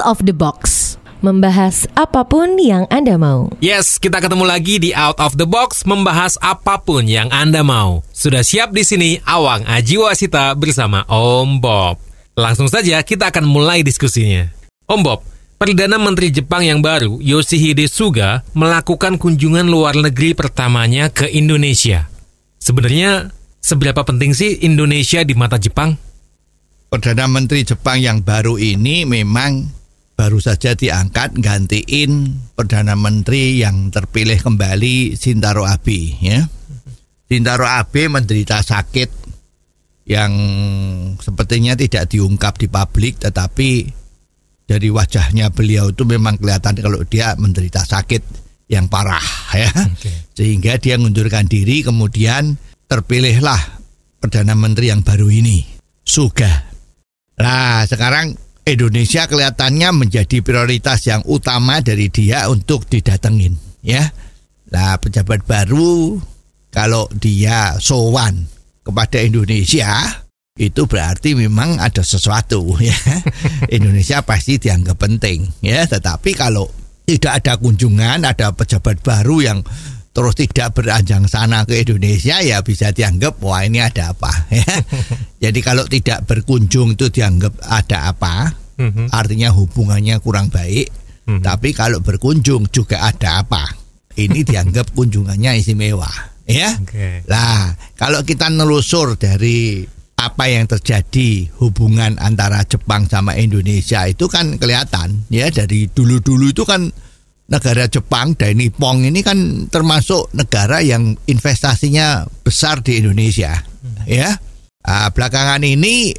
of the Box, membahas apapun yang Anda mau. Yes, kita ketemu lagi di Out of the Box, membahas apapun yang Anda mau. Sudah siap di sini Awang Ajiwasita bersama Om Bob. Langsung saja kita akan mulai diskusinya. Om Bob, Perdana Menteri Jepang yang baru, Yoshihide Suga, melakukan kunjungan luar negeri pertamanya ke Indonesia. Sebenarnya, seberapa penting sih Indonesia di mata Jepang? Perdana Menteri Jepang yang baru ini memang baru saja diangkat gantiin Perdana Menteri yang terpilih kembali, Shintaro Abe. Ya. Shintaro Abe menderita sakit yang sepertinya tidak diungkap di publik, tetapi dari wajahnya beliau itu memang kelihatan kalau dia menderita sakit yang parah, ya. Sehingga dia mengundurkan diri, kemudian terpilihlah Perdana Menteri yang baru ini, Suga. Nah, sekarang Indonesia kelihatannya menjadi prioritas yang utama dari dia untuk didatengin, ya. Nah, pejabat baru kalau dia sowan kepada Indonesia, itu berarti memang ada sesuatu, ya. Indonesia pasti dianggap penting, ya. Tetapi kalau tidak ada kunjungan, ada pejabat baru yang terus tidak beranjang sana ke Indonesia, ya bisa dianggap wah ini ada apa, ya. Jadi kalau tidak berkunjung itu dianggap ada apa, artinya hubungannya kurang baik. Tapi kalau berkunjung juga ada apa, ini dianggap kunjungannya istimewa, ya. Lah, kalau kita nelusur dari apa yang terjadi hubungan antara Jepang sama Indonesia itu kan kelihatan, ya, dari dulu-dulu itu kan negara Jepang dan Nippon ini kan termasuk negara yang investasinya besar di Indonesia, ya. Belakangan ini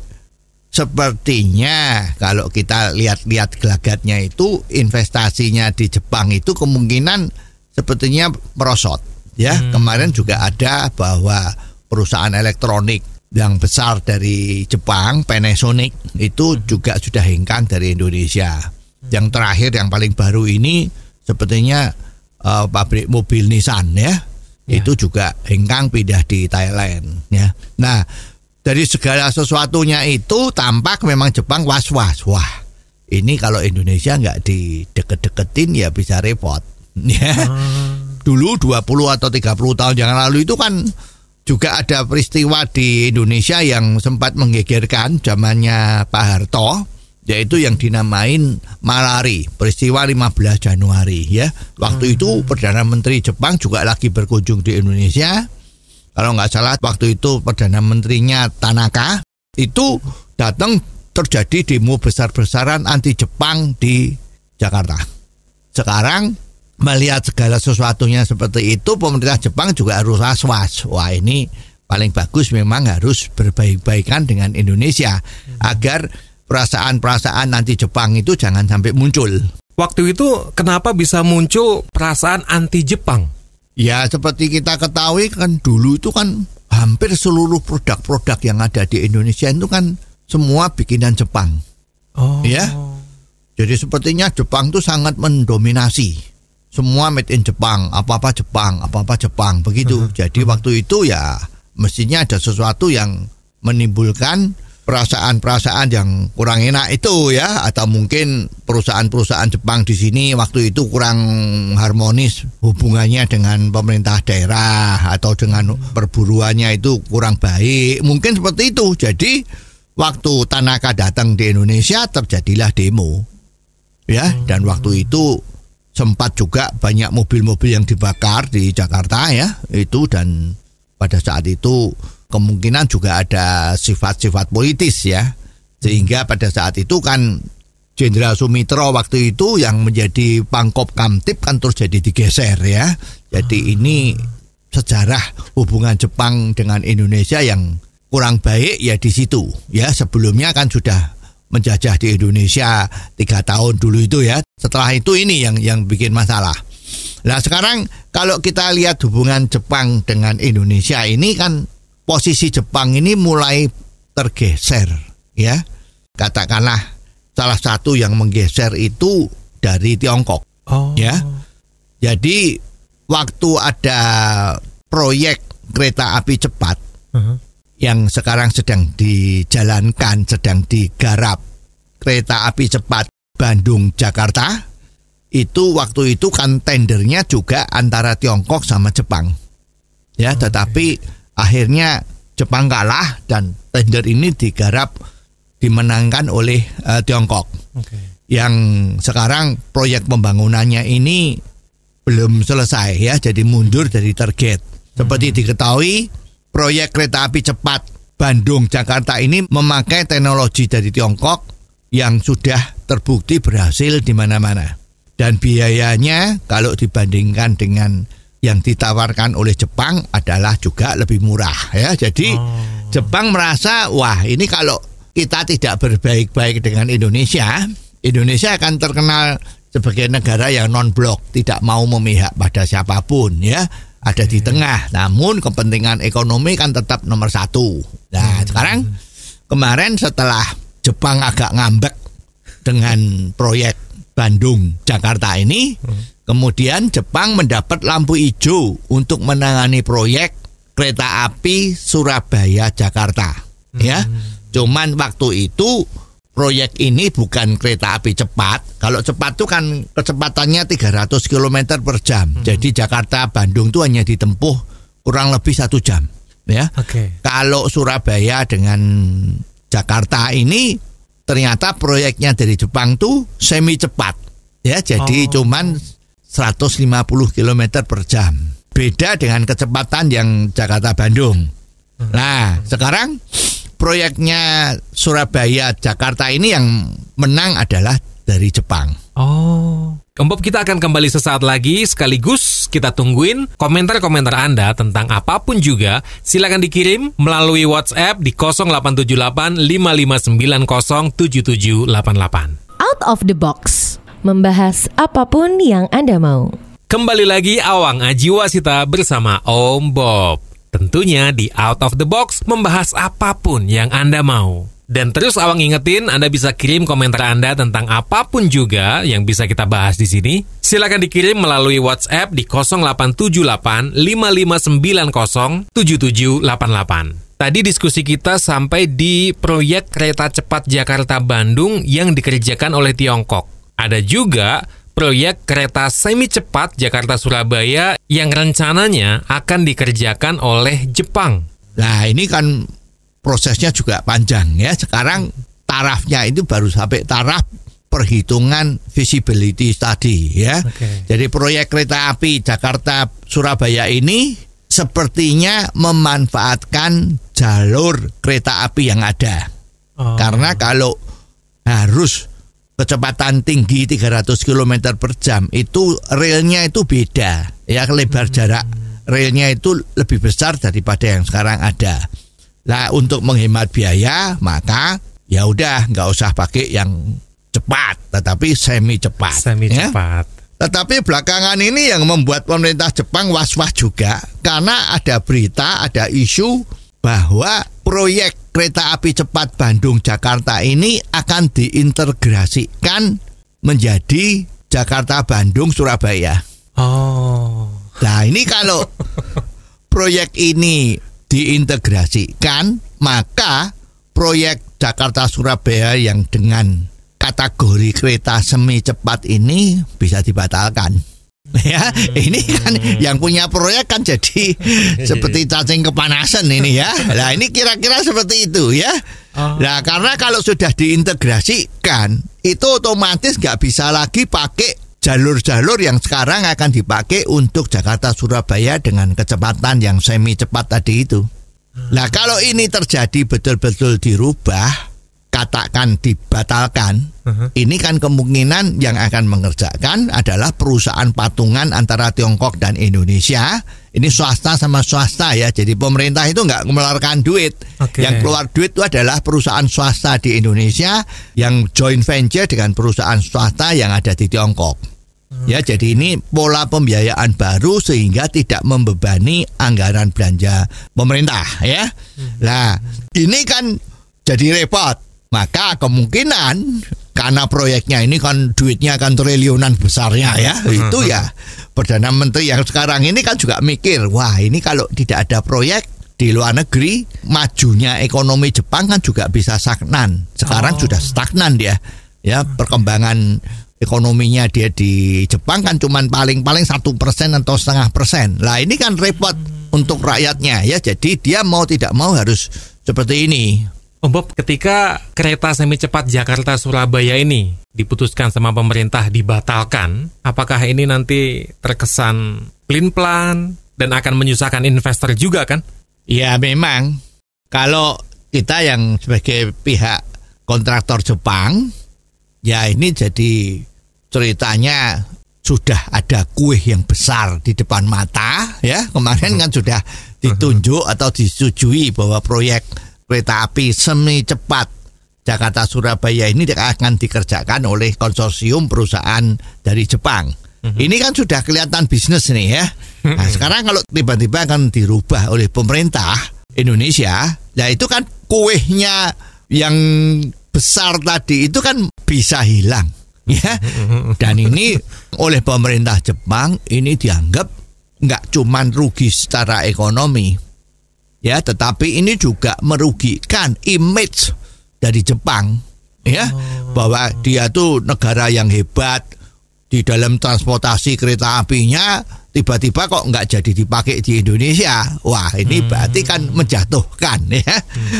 sepertinya kalau kita lihat gelagatnya itu investasinya di Jepang itu kemungkinan sepertinya merosot, ya. Kemarin juga ada bahwa perusahaan elektronik yang besar dari Jepang, Panasonic, itu juga sudah hengkang dari Indonesia. Yang terakhir, yang paling baru ini sepertinya pabrik mobil Nissan, ya. Itu juga hengkang pindah di Thailand, ya. Nah, dari segala sesuatunya itu tampak memang Jepang was-was. Wah, ini kalau Indonesia nggak dideket-deketin ya bisa repot, ya. Dulu 20 atau 30 tahun yang lalu itu kan juga ada peristiwa di Indonesia yang sempat menggegerkan zamannya Pak Harto, yaitu yang dinamain Malari, peristiwa 15 Januari, ya. Waktu itu Perdana Menteri Jepang juga lagi berkunjung di Indonesia. Kalau nggak salah waktu itu Perdana Menterinya Tanaka itu datang, terjadi demo besar-besaran anti Jepang di Jakarta. Sekarang melihat segala sesuatunya seperti itu, pemerintah Jepang juga harus was-was. Wah, ini paling bagus memang harus berbaik-baikan dengan Indonesia agar perasaan-perasaan anti Jepang itu jangan sampai muncul. Waktu itu kenapa bisa muncul perasaan anti Jepang? Ya, seperti kita ketahui kan dulu itu kan hampir seluruh produk-produk yang ada di Indonesia itu kan semua bikinan Jepang. Ya. Jadi sepertinya Jepang itu sangat mendominasi. Semua made in Jepang, apa-apa Jepang, begitu. Jadi waktu itu ya mestinya ada sesuatu yang menimbulkan perasaan-perasaan yang kurang enak itu, ya. Atau mungkin perusahaan-perusahaan Jepang di sini waktu itu kurang harmonis hubungannya dengan pemerintah daerah atau dengan perburuannya itu kurang baik. Mungkin seperti itu. Jadi waktu Tanaka datang di Indonesia terjadilah demo, ya. Dan waktu itu sempat juga banyak mobil-mobil yang dibakar di Jakarta, ya, itu. Dan pada saat itu kemungkinan juga ada sifat-sifat politis, ya, sehingga pada saat itu kan Jenderal Sumitro waktu itu yang menjadi Pangkop Kamtib kan terus jadi digeser, ya. Jadi ini sejarah hubungan Jepang dengan Indonesia yang kurang baik ya di situ, ya. Sebelumnya kan sudah menjajah di Indonesia 3 tahun dulu itu, ya. Setelah itu ini yang bikin masalah. Nah, sekarang kalau kita lihat hubungan Jepang dengan Indonesia ini kan posisi Jepang ini mulai tergeser, ya. Katakanlah salah satu yang menggeser itu dari Tiongkok, ya. Jadi waktu ada proyek kereta api cepat yang sekarang sedang dijalankan, sedang digarap, kereta api cepat Bandung Jakarta, itu waktu itu kan tendernya juga antara Tiongkok sama Jepang. Ya, tetapi akhirnya Jepang kalah dan tender ini dimenangkan oleh Tiongkok. Yang sekarang proyek pembangunannya ini belum selesai ya, jadi mundur dari target. Seperti diketahui, proyek kereta api cepat Bandung Jakarta ini memakai teknologi dari Tiongkok yang sudah terbukti berhasil di mana-mana. Dan biayanya kalau dibandingkan dengan yang ditawarkan oleh Jepang adalah juga lebih murah ya. Jadi Jepang merasa, wah ini kalau kita tidak berbaik-baik dengan Indonesia akan terkenal sebagai negara yang non-blok, tidak mau memihak pada siapapun ya. Ada di tengah, namun kepentingan ekonomi kan tetap nomor satu. Nah sekarang kemarin setelah Jepang agak ngambek dengan proyek Bandung Jakarta ini, kemudian Jepang mendapat lampu hijau untuk menangani proyek kereta api Surabaya Jakarta. Ya, cuman waktu itu proyek ini bukan kereta api cepat. Kalau cepat itu kan kecepatannya 300 km per jam. Jadi Jakarta Bandung itu hanya ditempuh kurang lebih 1 jam. Ya. Kalau Surabaya dengan Jakarta ini ternyata proyeknya dari Jepang tuh semi cepat. Ya, jadi cuman 150 km per jam. Beda dengan kecepatan yang Jakarta Bandung. Nah, sekarang proyeknya Surabaya Jakarta ini yang menang adalah dari Jepang. Om Bob, kita akan kembali sesaat lagi, sekaligus kita tungguin komentar-komentar Anda tentang apapun juga. Silakan dikirim melalui WhatsApp di 0878 5590 7788. Out of the box, membahas apapun yang Anda mau. Kembali lagi Awang Ajiwasita bersama Om Bob. Tentunya di Out of the Box membahas apapun yang Anda mau. Dan terus Awang ingetin, Anda bisa kirim komentar Anda tentang apapun juga yang bisa kita bahas di sini. Silakan dikirim melalui WhatsApp di 0878 5590 7788. Tadi diskusi kita sampai di proyek kereta cepat Jakarta Bandung yang dikerjakan oleh Tiongkok. Ada juga proyek kereta semi cepat Jakarta Surabaya yang rencananya akan dikerjakan oleh Jepang. Nah, ini kan prosesnya juga panjang ya. Sekarang tarafnya itu baru sampai taraf perhitungan feasibility study ya. Jadi proyek kereta api Jakarta Surabaya ini sepertinya memanfaatkan jalur kereta api yang ada. Karena kalau harus kecepatan tinggi 300 km per jam itu relnya itu beda ya, lebar jarak relnya itu lebih besar daripada yang sekarang ada. Nah, untuk menghemat biaya maka ya udah nggak usah pakai yang cepat, tetapi semi cepat. Cepat. Tetapi belakangan ini yang membuat pemerintah Jepang was-was juga karena ada berita, ada isu bahwa proyek kereta api cepat Bandung Jakarta ini akan diintegrasikan menjadi Jakarta Bandung Surabaya. Nah, ini kalau proyek ini diintegrasikan, maka proyek Jakarta Surabaya yang dengan kategori kereta semi cepat ini bisa dibatalkan. Ya, ini kan yang punya proyek kan jadi seperti cacing kepanasan ini ya. Nah, ini kira-kira seperti itu ya. Nah, karena kalau sudah diintegrasikan, itu otomatis nggak bisa lagi pakai jalur-jalur yang sekarang akan dipakai untuk Jakarta Surabaya dengan kecepatan yang semi cepat tadi itu. Nah, kalau ini terjadi betul-betul dirubah, katakan dibatalkan, ini kan kemungkinan yang akan mengerjakan adalah perusahaan patungan antara Tiongkok dan Indonesia. Ini swasta sama swasta ya, jadi pemerintah itu nggak mengeluarkan duit. Yang keluar duit itu adalah perusahaan swasta di Indonesia yang joint venture dengan perusahaan swasta yang ada di Tiongkok. Ya, jadi ini pola pembiayaan baru sehingga tidak membebani anggaran belanja pemerintah ya. Nah, ini kan jadi repot. Maka kemungkinan karena proyeknya ini kan duitnya kan triliunan besarnya ya, itu ya Perdana Menteri yang sekarang ini kan juga mikir, wah ini kalau tidak ada proyek di luar negeri, majunya ekonomi Jepang kan juga bisa stagnan. Sekarang sudah stagnan dia. Ya, perkembangan ekonominya dia di Jepang kan cuman paling-paling 1% atau 0,5%. Lah ini kan repot untuk rakyatnya ya. Jadi dia mau tidak mau harus seperti ini. Om Bob, ketika kereta semi cepat Jakarta-Surabaya ini diputuskan sama pemerintah dibatalkan, apakah ini nanti terkesan pelin-pelan dan akan menyusahkan investor juga kan? Ya memang, kalau kita yang sebagai pihak kontraktor Jepang, ya ini jadi ceritanya sudah ada kue yang besar di depan mata ya. Kemarin kan sudah ditunjuk atau disetujui bahwa proyek kereta api semi cepat Jakarta Surabaya ini akan dikerjakan oleh konsorsium perusahaan dari Jepang. Ini kan sudah kelihatan bisnis nih ya. Nah, sekarang kalau tiba-tiba akan dirubah oleh pemerintah Indonesia, ya itu kan kuehnya yang besar tadi itu kan bisa hilang ya. Dan ini oleh pemerintah Jepang ini dianggap nggak cuman rugi secara ekonomi ya, tetapi ini juga merugikan image dari Jepang ya, bahwa dia tuh negara yang hebat di dalam transportasi kereta apinya, tiba-tiba kok nggak jadi dipakai di Indonesia. Wah, ini berarti kan menjatuhkan ya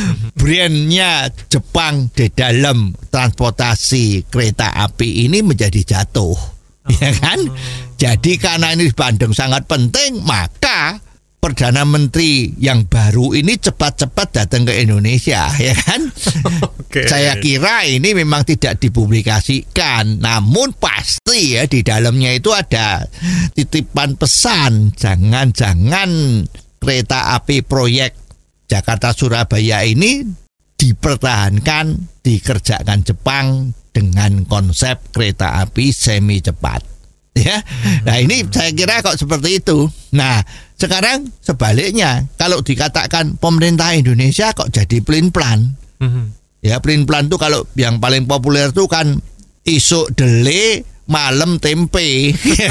brandnya Jepang di dalam transportasi kereta api ini menjadi jatuh, ya kan? Jadi karena ini Bandung sangat penting, maka Perdana Menteri yang baru ini cepat-cepat datang ke Indonesia, ya kan? Okay. Saya kira ini memang tidak dipublikasikan, namun pasti ya di dalamnya itu ada titipan pesan, jangan-jangan kereta api proyek Jakarta Surabaya ini dipertahankan, dikerjakan Jepang dengan konsep kereta api semi cepat. Ya, nah ini saya kira kok seperti itu. Nah, sekarang sebaliknya, kalau dikatakan pemerintah Indonesia kok jadi pelin-pelan. Ya, pelin-pelan tuh kalau yang paling populer tuh kan isuk dele, malam tempe.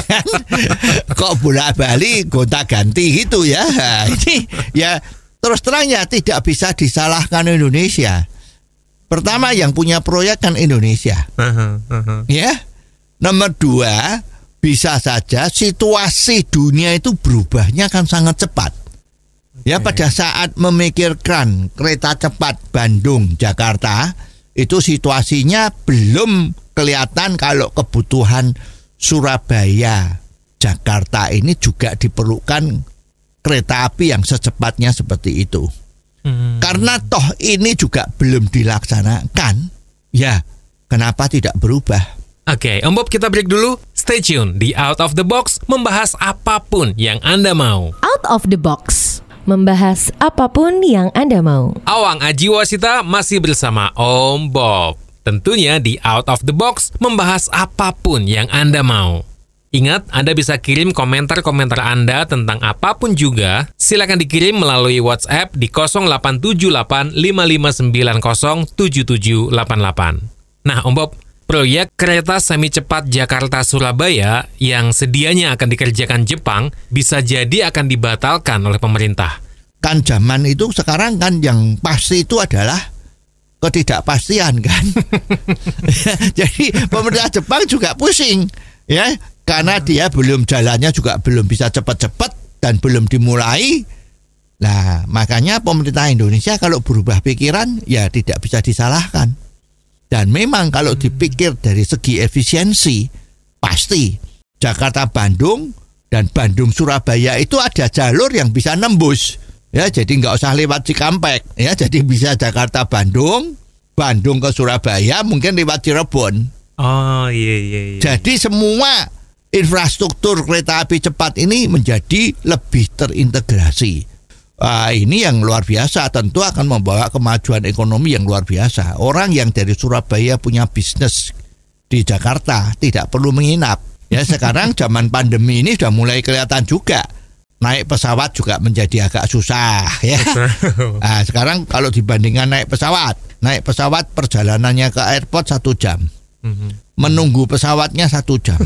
Kok bolak-balik gonta-ganti gitu ya. Nah, ini ya terus terangnya tidak bisa disalahkan Indonesia. Pertama yang punya proyek kan Indonesia. Ya. Nomor 2, bisa saja situasi dunia itu berubahnya kan sangat cepat. Ya, pada saat memikirkan kereta cepat Bandung-Jakarta, itu situasinya belum kelihatan kalau kebutuhan Surabaya-Jakarta ini juga diperlukan kereta api yang secepatnya seperti itu. Karena toh ini juga belum dilaksanakan, ya kenapa tidak berubah? Oke, Om Bob, kita break dulu. Stay tune di Out of the Box, membahas apapun yang Anda mau. Out of the Box, membahas apapun yang Anda mau. Awang Ajiwasita masih bersama Om Bob. Tentunya di Out of the Box, membahas apapun yang Anda mau. Ingat, Anda bisa kirim komentar-komentar Anda tentang apapun juga. Silakan dikirim melalui WhatsApp di 0878 5590 7788. Nah, Om Bob, proyek kereta semi cepat Jakarta-Surabaya yang sedianya akan dikerjakan Jepang bisa jadi akan dibatalkan oleh pemerintah. Kan zaman itu sekarang kan yang pasti itu adalah ketidakpastian kan. Jadi pemerintah Jepang juga pusing ya, karena dia belum jalannya juga belum bisa cepat-cepat dan belum dimulai. Nah, makanya pemerintah Indonesia kalau berubah pikiran ya tidak bisa disalahkan. Dan memang kalau dipikir dari segi efisiensi, pasti Jakarta-Bandung dan Bandung-Surabaya itu ada jalur yang bisa nembus. Ya, jadi nggak usah lewat Cikampek. Ya, jadi bisa Jakarta-Bandung, Bandung ke Surabaya, mungkin lewat Cirebon. Oh, iya. Jadi semua infrastruktur kereta api cepat ini menjadi lebih terintegrasi. Ini yang luar biasa, tentu akan membawa kemajuan ekonomi yang luar biasa. Orang yang dari Surabaya punya bisnis di Jakarta tidak perlu menginap. Ya, sekarang zaman pandemi ini sudah mulai kelihatan juga. Naik pesawat juga menjadi agak susah ya. Nah, sekarang kalau dibandingkan naik pesawat perjalanannya ke airport 1 jam. Menunggu pesawatnya 1 jam.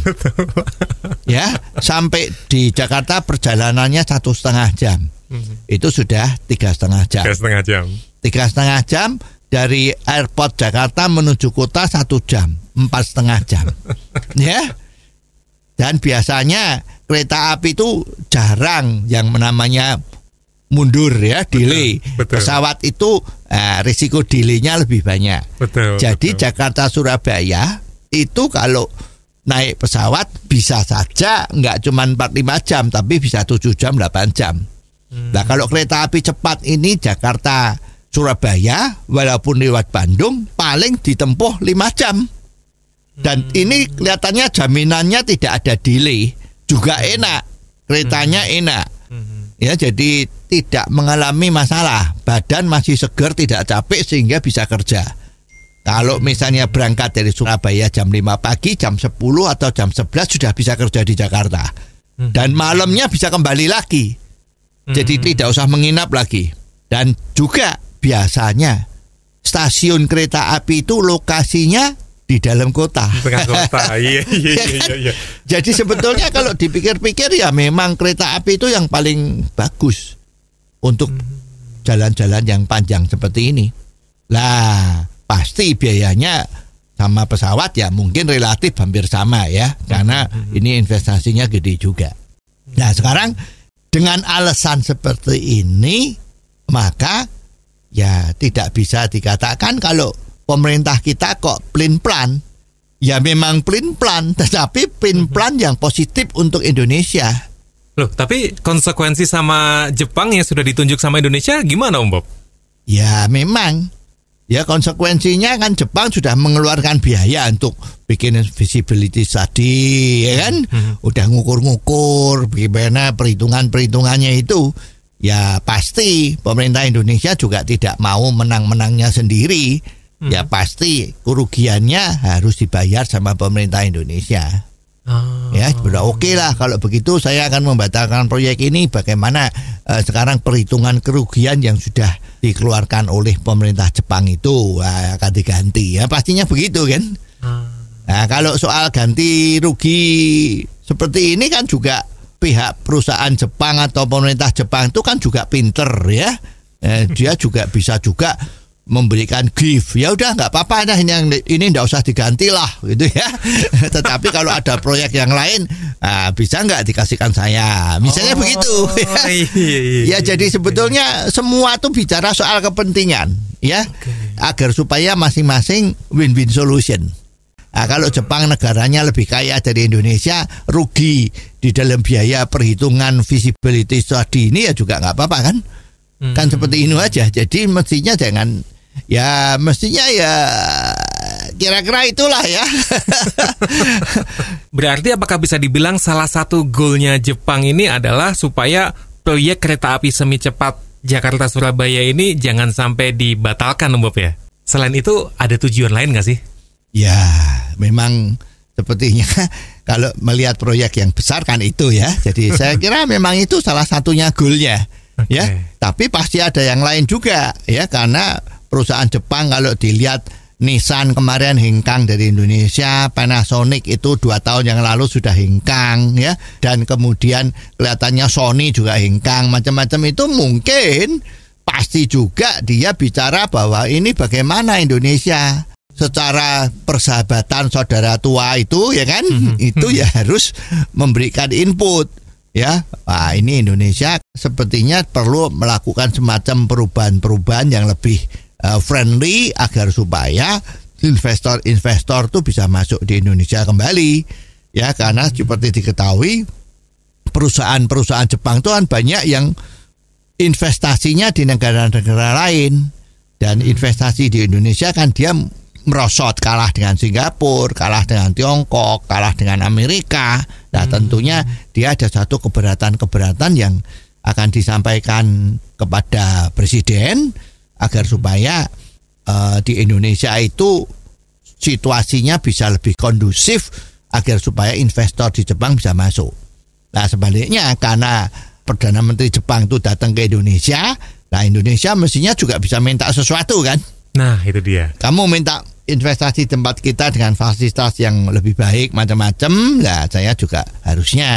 Ya, sampai di Jakarta perjalanannya 1,5 jam. Itu sudah 3,5 jam. 3,5 jam. 3,5 jam dari airport Jakarta menuju kota 1 jam, 4,5 jam. Ya. Dan biasanya kereta api itu jarang yang namanya mundur ya, delay. Betul. Pesawat itu risiko delay-nya lebih banyak. Jadi Jakarta Surabaya itu kalau naik pesawat bisa saja nggak cuma 4-5 jam, tapi bisa 7 jam, 8 jam. Nah kalau kereta api cepat ini Jakarta Surabaya walaupun lewat Bandung paling ditempuh 5 jam. Dan ini kelihatannya jaminannya tidak ada delay, juga enak, keretanya enak. Ya, jadi tidak mengalami masalah, badan masih segar, tidak capek sehingga bisa kerja. Kalau misalnya berangkat dari Surabaya jam 5 pagi, jam 10 atau jam 11 sudah bisa kerja di Jakarta. Dan malamnya bisa kembali lagi. Jadi tidak usah menginap lagi. Dan juga biasanya stasiun kereta api itu lokasinya di dalam kota. Tengah kota. Iya. Jadi sebetulnya kalau dipikir-pikir ya memang kereta api itu yang paling bagus untuk jalan-jalan yang panjang seperti ini. Lah, pasti biayanya sama pesawat ya mungkin relatif hampir sama ya, karena ini investasinya gede juga. Nah, sekarang dengan alasan seperti ini maka ya tidak bisa dikatakan kalau pemerintah kita kok plan-plan. Ya memang plan-plan, tetapi plan-plan yang positif untuk Indonesia. Loh, tapi konsekuensi sama Jepang yang sudah ditunjuk sama Indonesia gimana Om Bob? Ya memang. Ya konsekuensinya kan Jepang sudah mengeluarkan biaya untuk bikin visibility study, ya kan? Udah ngukur-ngukur bagaimana perhitungan-perhitungannya itu. Ya pasti pemerintah Indonesia juga tidak mau menang-menangnya sendiri. Ya pasti kerugiannya harus dibayar sama pemerintah Indonesia. Ya sudah oke lah kalau begitu saya akan membatalkan proyek ini. Bagaimana sekarang perhitungan kerugian yang sudah dikeluarkan oleh pemerintah Jepang itu akan diganti. Ya pastinya begitu kan. Nah kalau soal ganti rugi seperti ini kan juga pihak perusahaan Jepang atau pemerintah Jepang itu kan juga pinter ya. Dia juga bisa juga memberikan gift. Ya udah nggak apa-apa, nah ini nggak usah diganti lah gitu ya. Tetapi kalau ada proyek yang lain bisa nggak dikasihkan saya, misalnya begitu ya. Jadi sebetulnya semua tuh bicara soal kepentingan ya, agar supaya masing-masing win-win solution. Nah, kalau Jepang negaranya lebih kaya dari Indonesia, rugi di dalam biaya perhitungan visibility study ini ya juga nggak apa-apa kan. Kan seperti ini aja. Jadi mestinya mestinya kira-kira itulah ya. Berarti apakah bisa dibilang salah satu goalnya Jepang ini adalah supaya proyek kereta api semi cepat Jakarta Surabaya ini jangan sampai dibatalkan Om Bob ya? Selain itu ada tujuan lain nggak sih? Ya memang sepertinya kalau melihat proyek yang besar kan itu ya. Jadi saya kira memang itu salah satunya goalnya. Ya, tapi pasti ada yang lain juga ya, karena perusahaan Jepang kalau dilihat Nissan kemarin hengkang dari Indonesia, Panasonic itu 2 tahun yang lalu sudah hengkang ya, dan kemudian kelihatannya Sony juga hengkang, macam-macam itu mungkin pasti juga dia bicara bahwa ini bagaimana Indonesia secara persahabatan saudara tua itu ya kan, itu ya harus memberikan input. Ya, ini Indonesia sepertinya perlu melakukan semacam perubahan-perubahan yang lebih friendly agar supaya investor-investor tuh bisa masuk di Indonesia kembali. Ya, karena seperti diketahui perusahaan-perusahaan Jepang tuh kan banyak yang investasinya di negara-negara lain, dan investasi di Indonesia kan dia merosot, kalah dengan Singapura, kalah dengan Tiongkok, kalah dengan Amerika. Nah tentunya dia ada satu keberatan-keberatan yang akan disampaikan kepada Presiden agar supaya di Indonesia itu situasinya bisa lebih kondusif agar supaya investor di Jepang bisa masuk. Nah sebaliknya karena Perdana Menteri Jepang itu datang ke Indonesia, nah Indonesia mestinya juga bisa minta sesuatu kan. Nah itu dia. Kamu minta investasi tempat kita dengan fasilitas yang lebih baik macam-macam, nah saya juga harusnya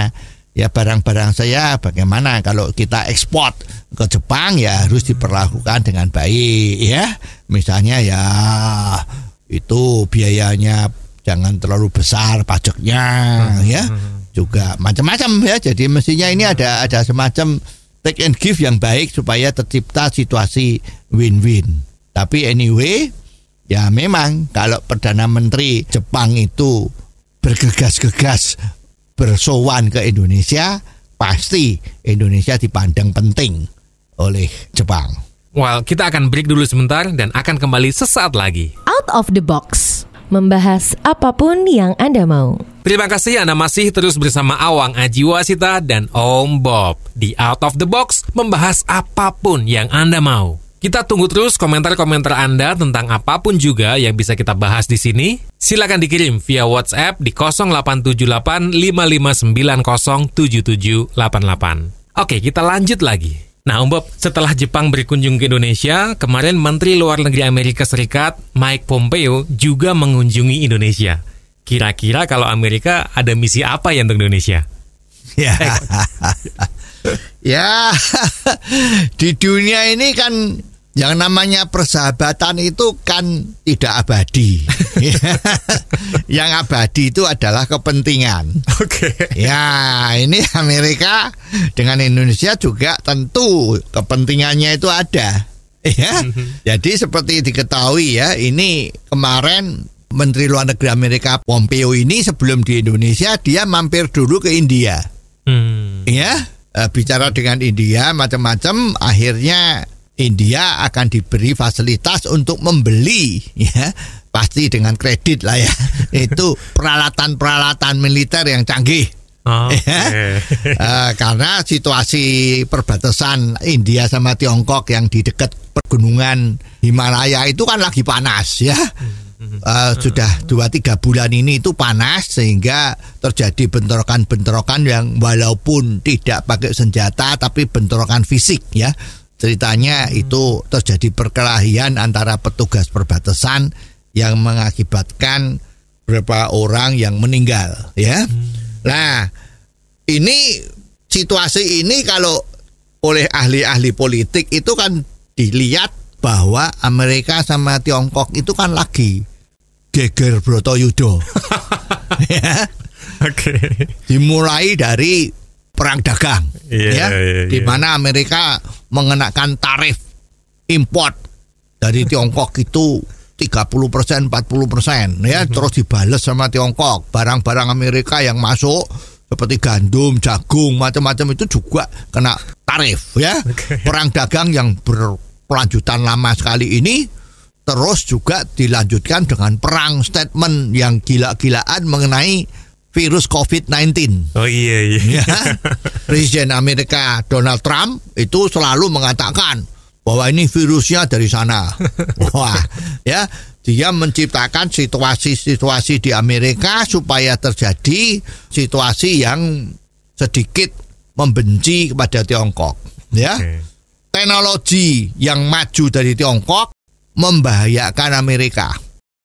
ya barang-barang saya bagaimana kalau kita ekspor ke Jepang ya harus diperlakukan dengan baik ya. Misalnya ya itu biayanya jangan terlalu besar pajaknya ya. Juga macam-macam ya. Jadi mestinya ini ada semacam take and give yang baik supaya tercipta situasi win-win. Tapi anyway, ya memang kalau Perdana Menteri Jepang itu bergegas-gegas bersowan ke Indonesia, pasti Indonesia dipandang penting oleh Jepang. Well, kita akan break dulu sebentar dan akan kembali sesaat lagi. Out of the box, membahas apapun yang Anda mau. Terima kasih Anda masih terus bersama Awang Ajiwasita dan Om Bob di Out of the Box, membahas apapun yang Anda mau. Kita tunggu terus komentar-komentar Anda tentang apapun juga yang bisa kita bahas di sini. Silakan dikirim via WhatsApp di 087855907788. Oke, kita lanjut lagi. Nah, Om Bob, setelah Jepang berkunjung ke Indonesia, kemarin Menteri Luar Negeri Amerika Serikat Mike Pompeo juga mengunjungi Indonesia. Kira-kira kalau Amerika ada misi apa ya untuk Indonesia? Ya, ya di dunia ini kan yang namanya persahabatan itu kan tidak abadi. Yang abadi itu adalah kepentingan. Oke. Ya, ini Amerika dengan Indonesia juga tentu kepentingannya itu ada. Ya. Jadi seperti diketahui ya, ini kemarin Menteri Luar Negeri Amerika Pompeo ini sebelum di Indonesia dia mampir dulu ke India. Ya, bicara dengan India macam-macam, akhirnya India akan diberi fasilitas untuk membeli ya, pasti dengan kredit lah ya. Itu peralatan-peralatan militer yang canggih. Ya. Karena situasi perbatasan India sama Tiongkok yang di dekat pegunungan Himalaya itu kan lagi panas ya. Sudah 2-3 bulan ini itu panas sehingga terjadi bentrokan-bentrokan yang walaupun tidak pakai senjata tapi bentrokan fisik ya. Ceritanya itu terjadi perkelahian antara petugas perbatasan yang mengakibatkan beberapa orang yang meninggal ya. Nah, ini situasi ini kalau oleh ahli-ahli politik itu kan dilihat bahwa Amerika sama Tiongkok itu kan lagi geger Brotoyudo. Ya. Oke. Dimulai dari perang dagang di mana Amerika mengenakan tarif import dari Tiongkok itu 30%, 40% ya, terus dibales sama Tiongkok. Barang-barang Amerika yang masuk seperti gandum, jagung, macam-macam itu juga kena tarif ya. Perang dagang yang berkelanjutan lama sekali ini terus juga dilanjutkan dengan perang statement yang gila-gilaan mengenai virus COVID-19. Oh iya. Ya, Presiden Amerika Donald Trump itu selalu mengatakan bahwa ini virusnya dari sana. Wah, ya, dia menciptakan situasi-situasi di Amerika supaya terjadi situasi yang sedikit membenci kepada Tiongkok. Ya, teknologi yang maju dari Tiongkok membahayakan Amerika.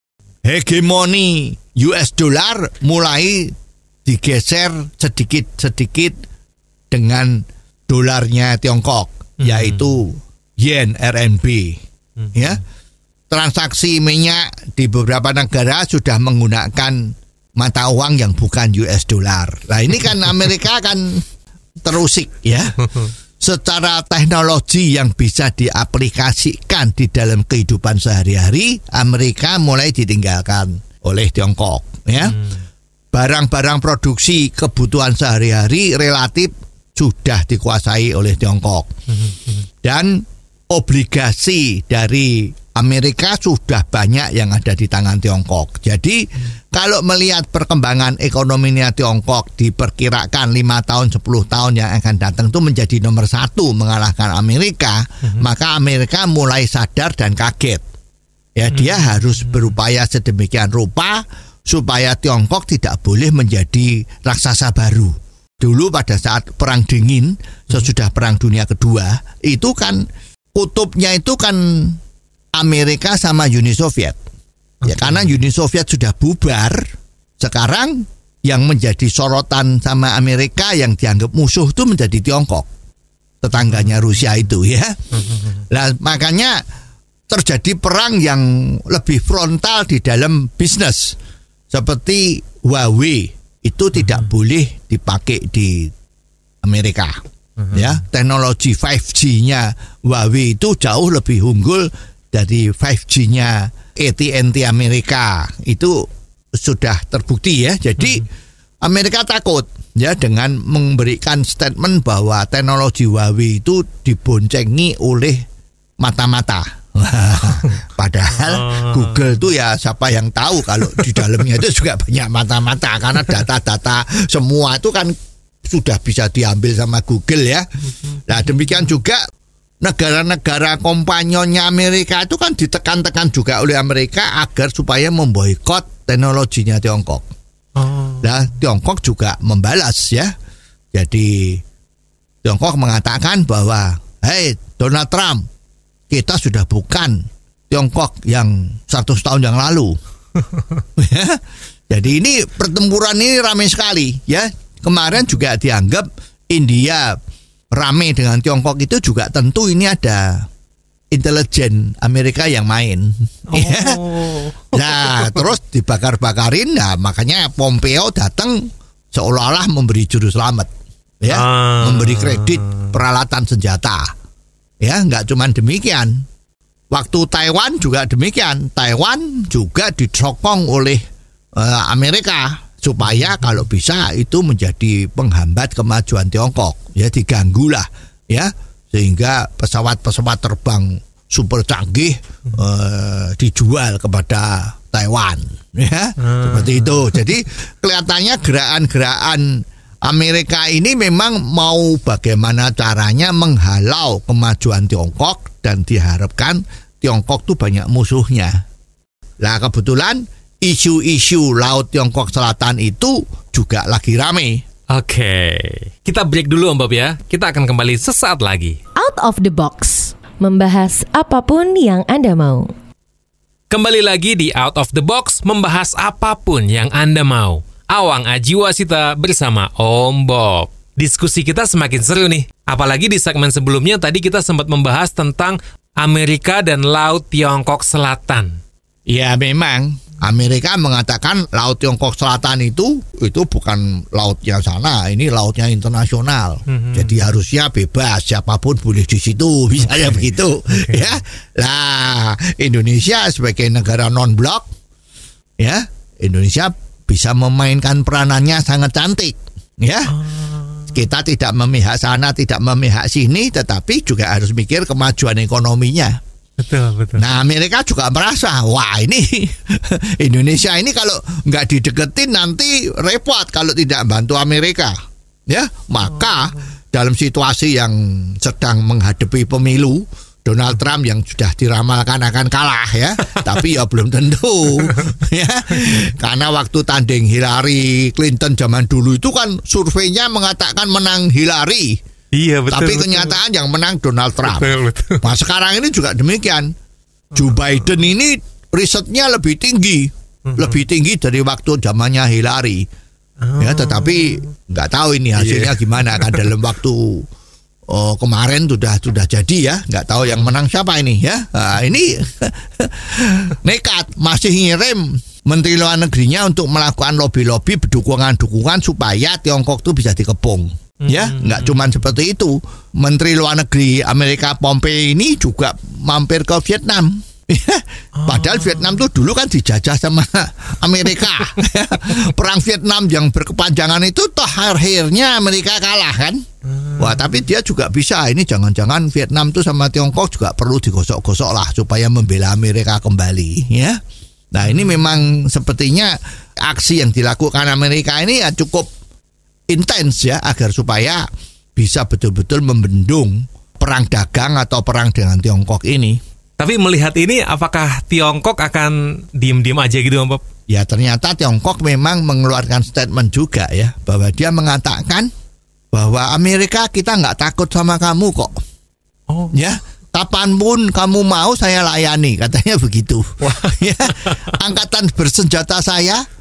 Hegemoni US dollar mulai digeser sedikit-sedikit dengan dolarnya Tiongkok, yaitu yen RMB. Ya, transaksi minyak di beberapa negara sudah menggunakan mata uang yang bukan US dollar. Nah, ini kan Amerika kan terusik ya. Secara teknologi yang bisa diaplikasikan di dalam kehidupan sehari-hari, Amerika mulai ditinggalkan oleh Tiongkok ya. Barang-barang produksi kebutuhan sehari-hari relatif sudah dikuasai oleh Tiongkok. Dan obligasi dari Amerika sudah banyak yang ada di tangan Tiongkok. Jadi kalau melihat perkembangan ekonominya Tiongkok diperkirakan 5 tahun, 10 tahun yang akan datang itu menjadi nomor 1 mengalahkan Amerika, maka Amerika mulai sadar dan kaget. Ya, dia harus berupaya sedemikian rupa supaya Tiongkok tidak boleh menjadi raksasa baru. Dulu pada saat Perang Dingin, sesudah Perang Dunia Kedua, itu kan kutubnya itu kan Amerika sama Uni Soviet. Ya, karena Uni Soviet sudah bubar, sekarang yang menjadi sorotan sama Amerika yang dianggap musuh itu menjadi Tiongkok, tetangganya Rusia itu ya. Nah, makanya terjadi perang yang lebih frontal di dalam bisnis. Seperti Huawei itu tidak boleh dipakai di Amerika. Ya, teknologi 5G-nya Huawei itu jauh lebih unggul dari 5G-nya AT&T Amerika. Itu sudah terbukti ya. Jadi Amerika takut ya dengan memberikan statement bahwa teknologi Huawei itu diboncengi oleh mata-mata. Padahal Google itu ya siapa yang tahu kalau di dalamnya itu juga banyak mata-mata, karena data-data semua itu kan sudah bisa diambil sama Google ya. Nah, demikian juga negara-negara kompanyonnya Amerika itu kan ditekan-tekan juga oleh Amerika agar supaya memboikot teknologinya Tiongkok. Nah, Tiongkok juga membalas ya. Jadi Tiongkok mengatakan bahwa, hey Donald Trump, kita sudah bukan Tiongkok yang 100 tahun yang lalu. Ya. Jadi ini pertempuran ini ramai sekali ya. Kemarin juga dianggap India ramai dengan Tiongkok, itu juga tentu ini ada intelijen Amerika yang main. Ya. Nah, terus dibakar-bakarin. Nah, makanya Pompeo datang seolah-olah memberi juru selamat. Ya, memberi kredit peralatan senjata. Ya, nggak cuma demikian. Waktu Taiwan juga demikian. Taiwan juga disokong oleh Amerika supaya kalau bisa itu menjadi penghambat kemajuan Tiongkok. Ya, diganggulah ya, sehingga pesawat-pesawat terbang super canggih dijual kepada Taiwan. Ya, seperti itu. Jadi kelihatannya gerakan-gerakan Amerika ini memang mau bagaimana caranya menghalau kemajuan Tiongkok, dan diharapkan Tiongkok tuh banyak musuhnya. Nah, kebetulan isu-isu Laut Tiongkok Selatan itu juga lagi rame. Oke, kita break dulu Om Bob ya. Kita akan kembali sesaat lagi. Out of the Box, membahas apapun yang Anda mau. Kembali lagi di Out of the Box, membahas apapun yang Anda mau. Awang Ajiwasita bersama Om Bob. Diskusi kita semakin seru nih. Apalagi di segmen sebelumnya tadi kita sempat membahas tentang Amerika dan Laut Tiongkok Selatan. Ya, memang Amerika mengatakan Laut Tiongkok Selatan itu bukan lautnya sana, ini lautnya internasional. Jadi harusnya bebas, siapapun boleh di situ, misalnya begitu. Ya. Lah, Indonesia sebagai negara non-blok, ya, Indonesia bisa memainkan peranannya sangat cantik, ya. Kita tidak memihak sana, tidak memihak sini, tetapi juga harus mikir kemajuan ekonominya. Betul. Nah, Amerika juga merasa, wah ini Indonesia ini kalau nggak dideketin nanti repot kalau tidak bantu Amerika, ya. Maka dalam situasi yang sedang menghadapi pemilu, Donald Trump yang sudah diramalkan akan kalah ya, tapi ya belum tentu ya. Karena waktu tanding Hillary Clinton zaman dulu itu kan surveinya mengatakan menang Hillary. Iya, betul. Tapi kenyataan yang menang Donald Trump. Betul. Nah, sekarang ini juga demikian. Joe Biden ini risetnya lebih tinggi dari waktu zamannya Hillary. Ya, tetapi nggak tahu ini hasilnya gimana kan dalam waktu kemarin sudah jadi ya, nggak tahu yang menang siapa ini ya. Nah, ini nekat masih ngirim Menteri Luar Negerinya untuk melakukan lobby dukungan supaya Tiongkok itu bisa dikepung. Ya, nggak cuma seperti itu. Menteri Luar Negeri Amerika Pompeo ini juga mampir ke Vietnam. Padahal Vietnam tuh dulu kan dijajah sama Amerika. Perang Vietnam yang berkepanjangan itu toh akhirnya Amerika kalah kan. Wah, tapi dia juga bisa. Ini jangan-jangan Vietnam tuh sama Tiongkok juga perlu digosok-gosok lah supaya membela Amerika kembali, ya. Nah, ini memang sepertinya aksi yang dilakukan Amerika ini ya cukup intens ya, agar supaya bisa betul-betul membendung perang dagang atau perang dengan Tiongkok ini. Tapi melihat ini, apakah Tiongkok akan diem-diem aja gitu Om Bob? Ya, ternyata Tiongkok memang mengeluarkan statement juga ya, bahwa dia mengatakan bahwa Amerika kita nggak takut sama kamu kok. Ya, kapanpun kamu mau saya layani, katanya begitu. Ya, angkatan bersenjata saya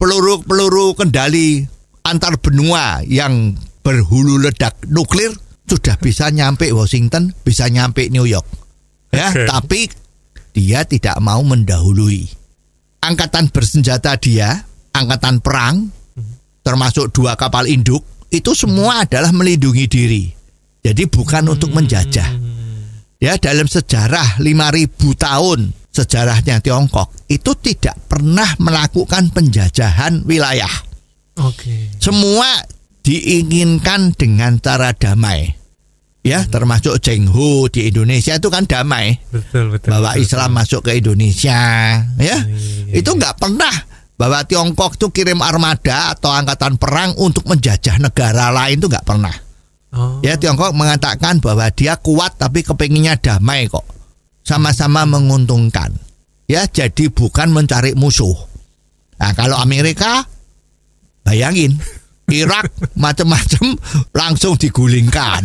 peluru kendali antar benua yang berhulu ledak nuklir sudah bisa nyampe Washington, bisa nyampe New York. Ya, tapi dia tidak mau mendahului. Angkatan bersenjata dia, angkatan perang, termasuk 2 kapal induk, itu semua adalah melindungi diri. Jadi bukan untuk menjajah. Ya, dalam sejarah 5.000 tahun sejarahnya Tiongkok itu tidak pernah melakukan penjajahan wilayah. Semua diinginkan dengan cara damai. Ya, termasuk Cheng Ho di Indonesia itu kan damai. Betul. Bahwa Islam masuk ke Indonesia, ya. Itu nggak pernah bahwa Tiongkok itu kirim armada atau angkatan perang untuk menjajah negara lain, itu nggak pernah. Ya, Tiongkok mengatakan bahwa dia kuat tapi kepinginnya damai kok. Sama-sama menguntungkan. Ya, jadi bukan mencari musuh. Nah, kalau Amerika, bayangin, Irak macam-macam langsung digulingkan.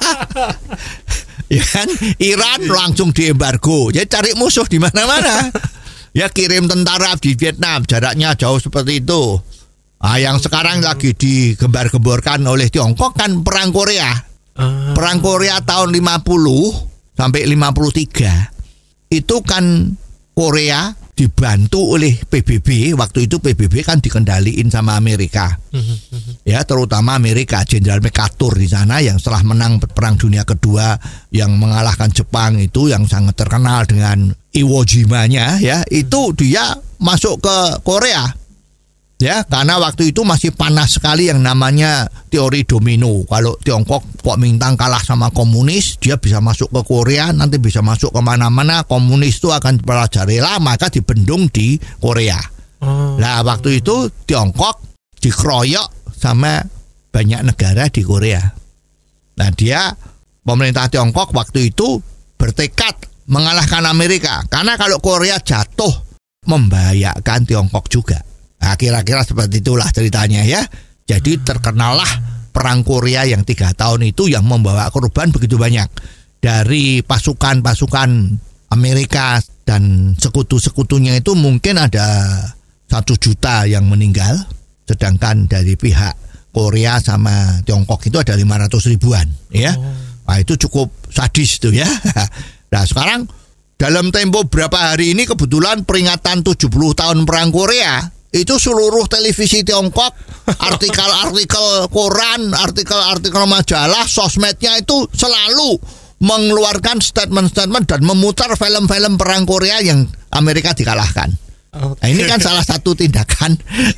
Ya kan? Iran langsung diembargo. Jadi cari musuh di mana-mana. Ya, kirim tentara di Vietnam, jaraknya jauh seperti itu. Yang sekarang lagi digembar-gemborkan oleh Tiongkok kan perang Korea. Perang Korea tahun 50 sampai 53. Itu kan Korea dibantu oleh PBB. Waktu itu PBB kan dikendaliin sama Amerika. Ya, terutama Amerika, Jenderal MacArthur di sana yang setelah menang Perang Dunia Kedua, yang mengalahkan Jepang itu, yang sangat terkenal dengan Iwo Jima-nya, ya, itu dia masuk ke Korea. Ya, karena waktu itu masih panas sekali yang namanya teori domino. Kalau Tiongkok Kuomintang kalah sama komunis, dia bisa masuk ke Korea, nanti bisa masuk kemana-mana. Komunis itu akan merajalela, maka dibendung di Korea. Nah, waktu itu Tiongkok dikeroyok sama banyak negara di Korea. Nah, pemerintah Tiongkok waktu itu bertekad mengalahkan Amerika. Karena kalau Korea jatuh, membahayakan Tiongkok juga. Nah, kira-kira seperti itulah ceritanya, ya. Jadi terkenallah perang Korea yang 3 tahun itu yang membawa korban begitu banyak. Dari pasukan-pasukan Amerika dan sekutu-sekutunya itu mungkin ada 1 juta yang meninggal. Sedangkan dari pihak Korea sama Tiongkok itu ada 500 ribuan, ya. Nah, itu cukup sadis itu, ya. Nah, sekarang dalam tempo berapa hari ini kebetulan peringatan 70 tahun perang Korea. Itu seluruh televisi Tiongkok, artikel-artikel koran, artikel-artikel majalah, sosmednya itu selalu mengeluarkan statement-statement dan memutar film-film perang Korea yang Amerika dikalahkan. Nah, ini kan salah satu tindakan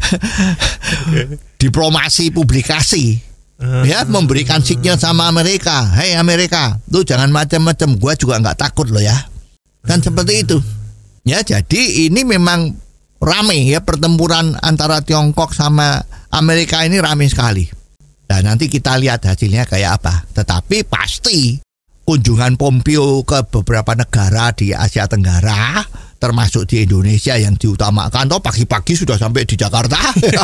diplomasi publikasi. Ya, memberikan sinyal sama Amerika. Hei Amerika, lu jangan macam-macam, gua juga nggak takut lo ya. Kan seperti itu. Ya, jadi ini memang rame, ya, pertempuran antara Tiongkok sama Amerika ini rame sekali. Dan nanti kita lihat hasilnya kayak apa. Tetapi pasti kunjungan Pompeo ke beberapa negara di Asia Tenggara, termasuk di Indonesia yang diutamakan, toh pagi-pagi sudah sampai di Jakarta.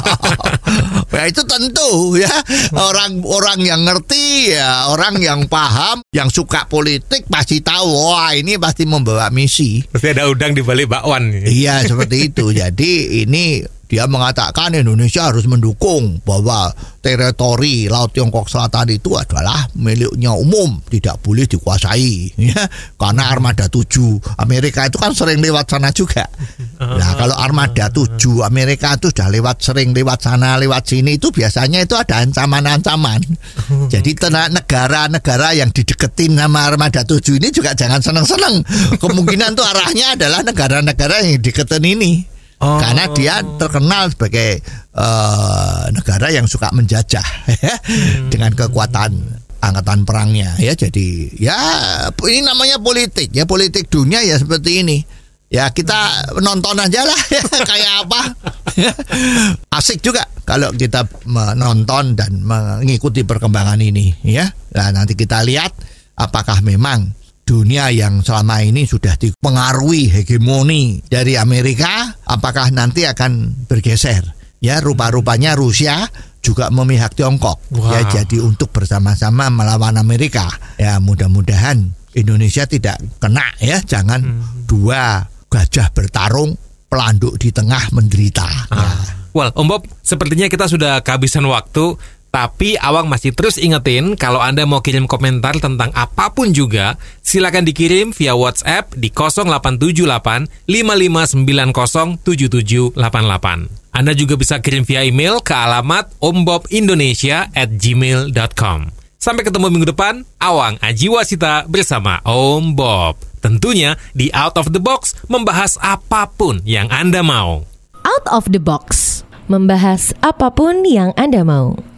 Ya, itu tentu, ya, orang-orang yang ngerti, ya, orang yang paham, yang suka politik pasti tahu, wah ini pasti membawa misi. Pasti ada udang di balik bakwan. Iya, seperti itu. Jadi ini dia mengatakan Indonesia harus mendukung bahwa teritori Laut Tiongkok Selatan itu adalah miliknya umum, tidak boleh dikuasai, ya, karena Armada 7 Amerika itu kan sering lewat sana juga. Nah, kalau Armada 7 Amerika itu sudah sering lewat sana lewat sini, itu biasanya itu ada ancaman-ancaman. Jadi negara-negara yang dideketin sama Armada 7 ini juga jangan senang-senang. Kemungkinan tuh arahnya adalah negara-negara yang dideketin ini. Karena dia terkenal sebagai negara yang suka menjajah, ya, dengan kekuatan angkatan perangnya, ya. Jadi ya ini namanya politik, ya, politik dunia ya seperti ini. Ya, kita nonton aja lah, ya, kayak apa. Asik juga kalau kita menonton dan mengikuti perkembangan ini, ya. Nah, nanti kita lihat apakah memang dunia yang selama ini sudah dipengaruhi hegemoni dari Amerika, apakah nanti akan bergeser? Ya, rupa-rupanya Rusia juga memihak Tiongkok. Wow. Ya, jadi untuk bersama-sama melawan Amerika. Ya, mudah-mudahan Indonesia tidak kena, ya. Jangan dua gajah bertarung, pelanduk di tengah menderita. Ya. Well, Om Bob, sepertinya kita sudah kehabisan waktu. Tapi Awang masih terus ingetin kalau Anda mau kirim komentar tentang apapun juga, silakan dikirim via WhatsApp di 0878 5590 7788. Anda juga bisa kirim via email ke alamat ombobindonesia@gmail.com. Sampai ketemu minggu depan, Awang Ajiwasita bersama Om Bob. Tentunya di Out of the Box membahas apapun yang Anda mau. Out of the Box, membahas apapun yang Anda mau.